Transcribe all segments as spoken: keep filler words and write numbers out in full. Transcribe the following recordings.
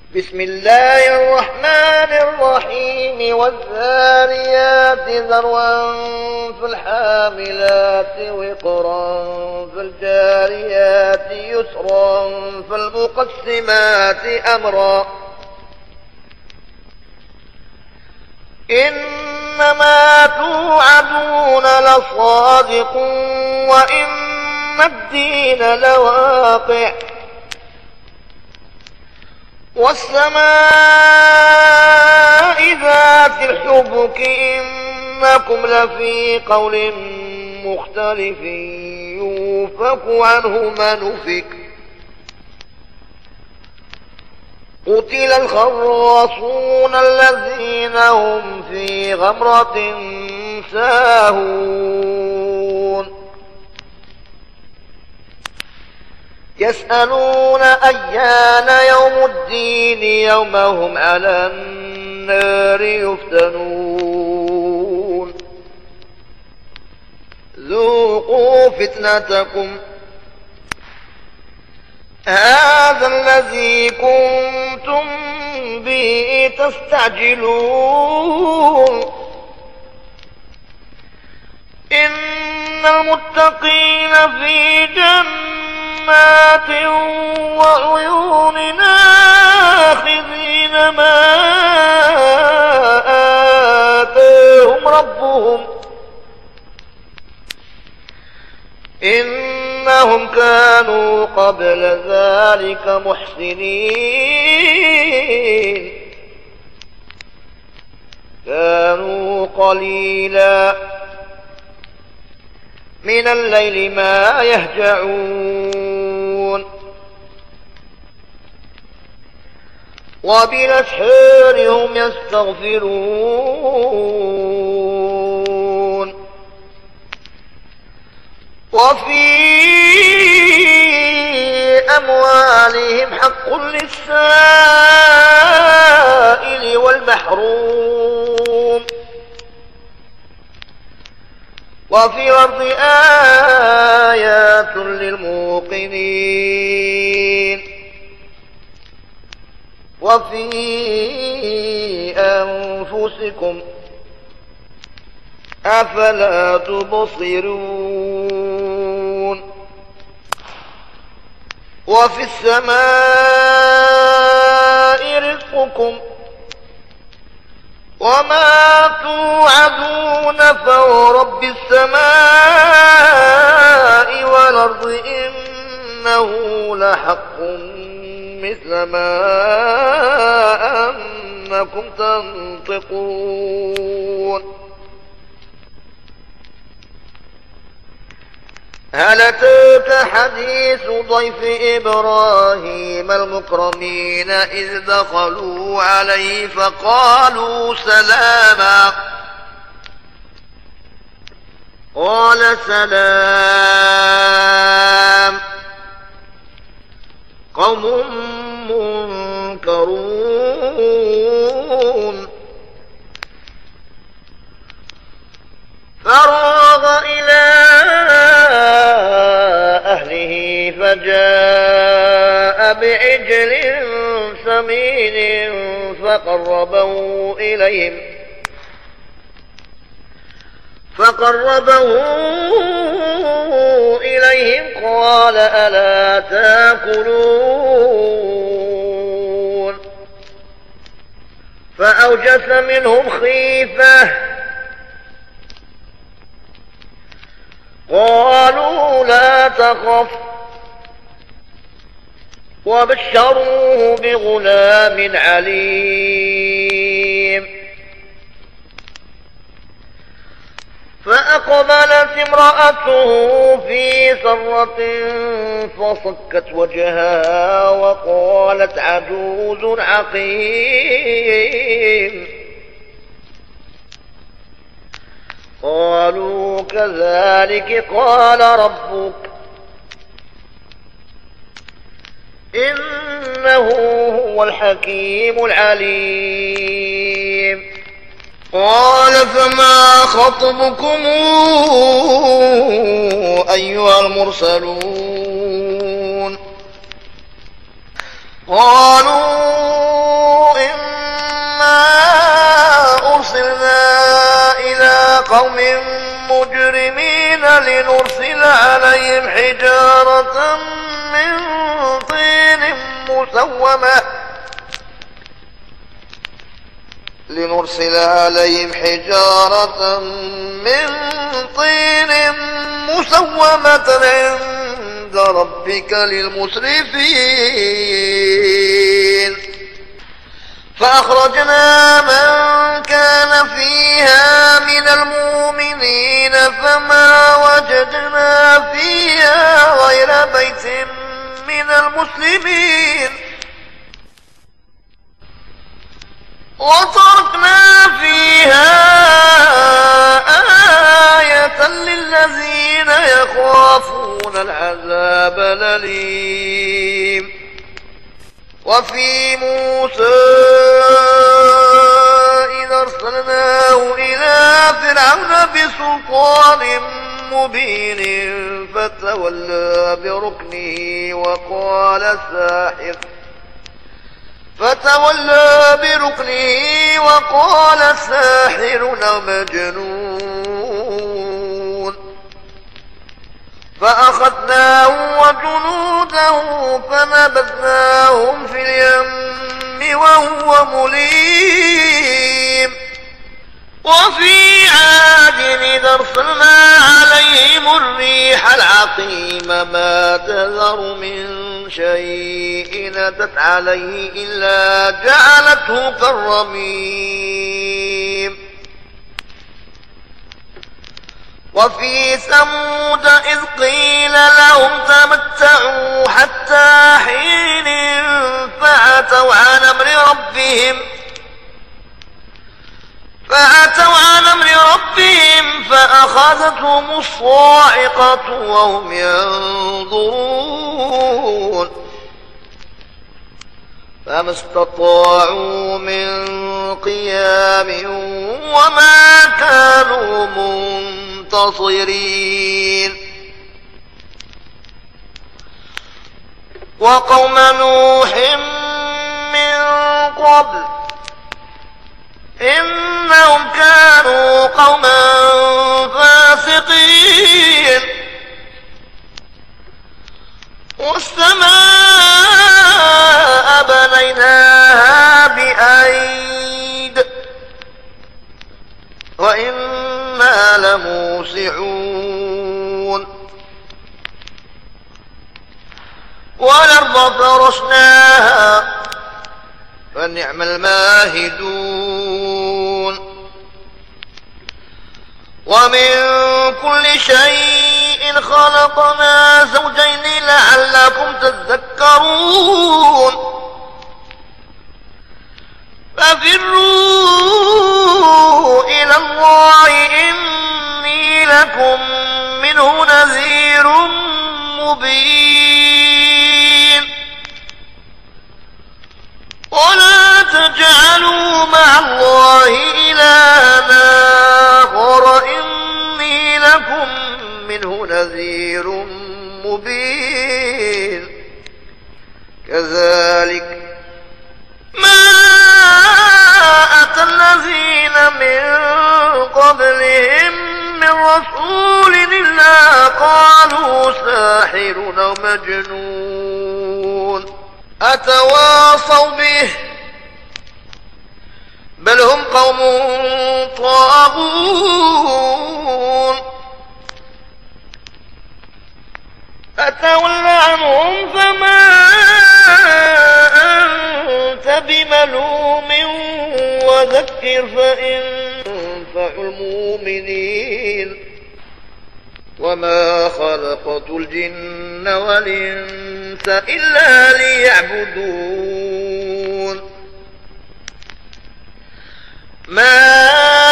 بسم الله الرحمن الرحيم والذاريات ذروا فالحاملات وقرا فالجاريات يسرا فالمقسمات أمرا إنما توعدون لصادق وإن الدين لواقع والسماء ذات الحبك إنكم لفي قول مختلف يوفك عنه من أفك قتل الخراصون الذين هم في غمرة ساهون يسألون أيان يوم الدين يوم هم على النار يفتنون ذوقوا فتنتكم هذا الذي كنتم به تستعجلون إن المتقين في جنات وعيون آخذين ما آتاهم ربهم إنهم كانوا قبل ذلك محسنين كانوا قليلا من الليل ما يهجعون وبالأسحار هم يستغفرون وفي أموالهم حق للسائل والمحروم وفي الأرض آيات للموقنين وفي أنفسكم أفلا تبصرون وفي السماء رزقكم وما توعدون فورب السماء والأرض إنه لحق مثل ما أنكم تنطقون هل أتاك حديث ضيف إبراهيم المكرمين إذ دخلوا عليه فقالوا سلاما قال سلام قوم منكرون فراغ إلى أهله فجاء بعجل سمين فقربه إليهم فقربه إليهم قال ألا تأكلون فأوجس منهم خيفة قالوا لا تخف وبشروه بغلام عليم فأقبلت امرأته في سرة فصكت وجهها وقالت عجوز عقيم قالوا كذلك قال ربك إنه هو الحكيم العليم قال فما خطبكم أيها المرسلون قالوا قوم مجرمين لنرسل عليهم حجارة من طين مسومة لنرسل عليهم حجارة من طين مسومة عند ربك للمسرفين فأخرجنا من كان فيها من المؤمنين فما وجدنا فيها غير بيت من المسلمين وتركنا فيها آية للذين يخافون العذاب الأليم وفي موسى إذ أرسلناه إلى فرعون بسلطان مبين فتولى بركنه وقال ساحر فتولى بركنه وقال ساحر أو مجنون فأخذناه وجنوده فنبذناهم في اليم وهو مليم وفي عاد إذ أرسلنا عليهم الريح العقيم ما تذر من شيء أتت عليه إلا جعلته كالرميم وفي ثمود إذ قيل لهم تمتعوا حتى حين فأتوا عن أمر ربهم فأتوا عن أمر ربهم فأخذتهم الصاعقة وهم ينظرون فما استطاعوا من قيام وما كانوا منتصرين وقوم نوح من قبل إنهم كانوا قوما فاسقين والسماء بنيناها بأيد وإنا لموسعون والأرض فرشناها فنعم الماهدون ومن كل شيء خلقنا زوجين لعلكم تذكرون ففروا إلى الله إني لكم منه نذير مبين ولا تجعلوا مع الله إلهًا آخر إني لكم منه نذير مبين كذلك ما أتى الذين من قبلهم من رسول إلا قالوا ساحر أو مجنون أتواصوا به بل هم قوم طاغون فتول عنهم فما أنت بملوم وذكر فإن تنفع المؤمنين وما خلقت الجن والإنس إلا ليعبدون ما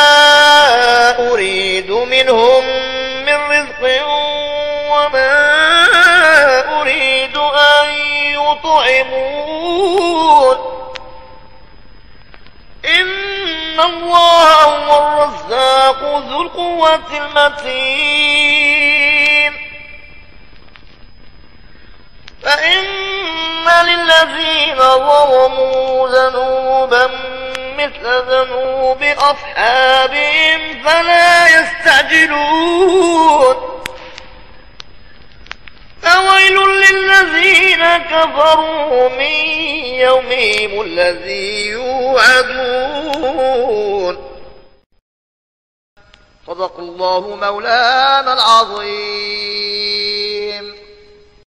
أريد منهم من رزق وما أريد أن يطعمون إن الله هو الرزاق ذو القوة المتين فإن للذين ظلموا ذنوبا مثل ذنوب أصحابهم فلا يستعجلون فويل للذين كفروا من يومهم الذي يوعدون. صدق الله مولانا العظيم.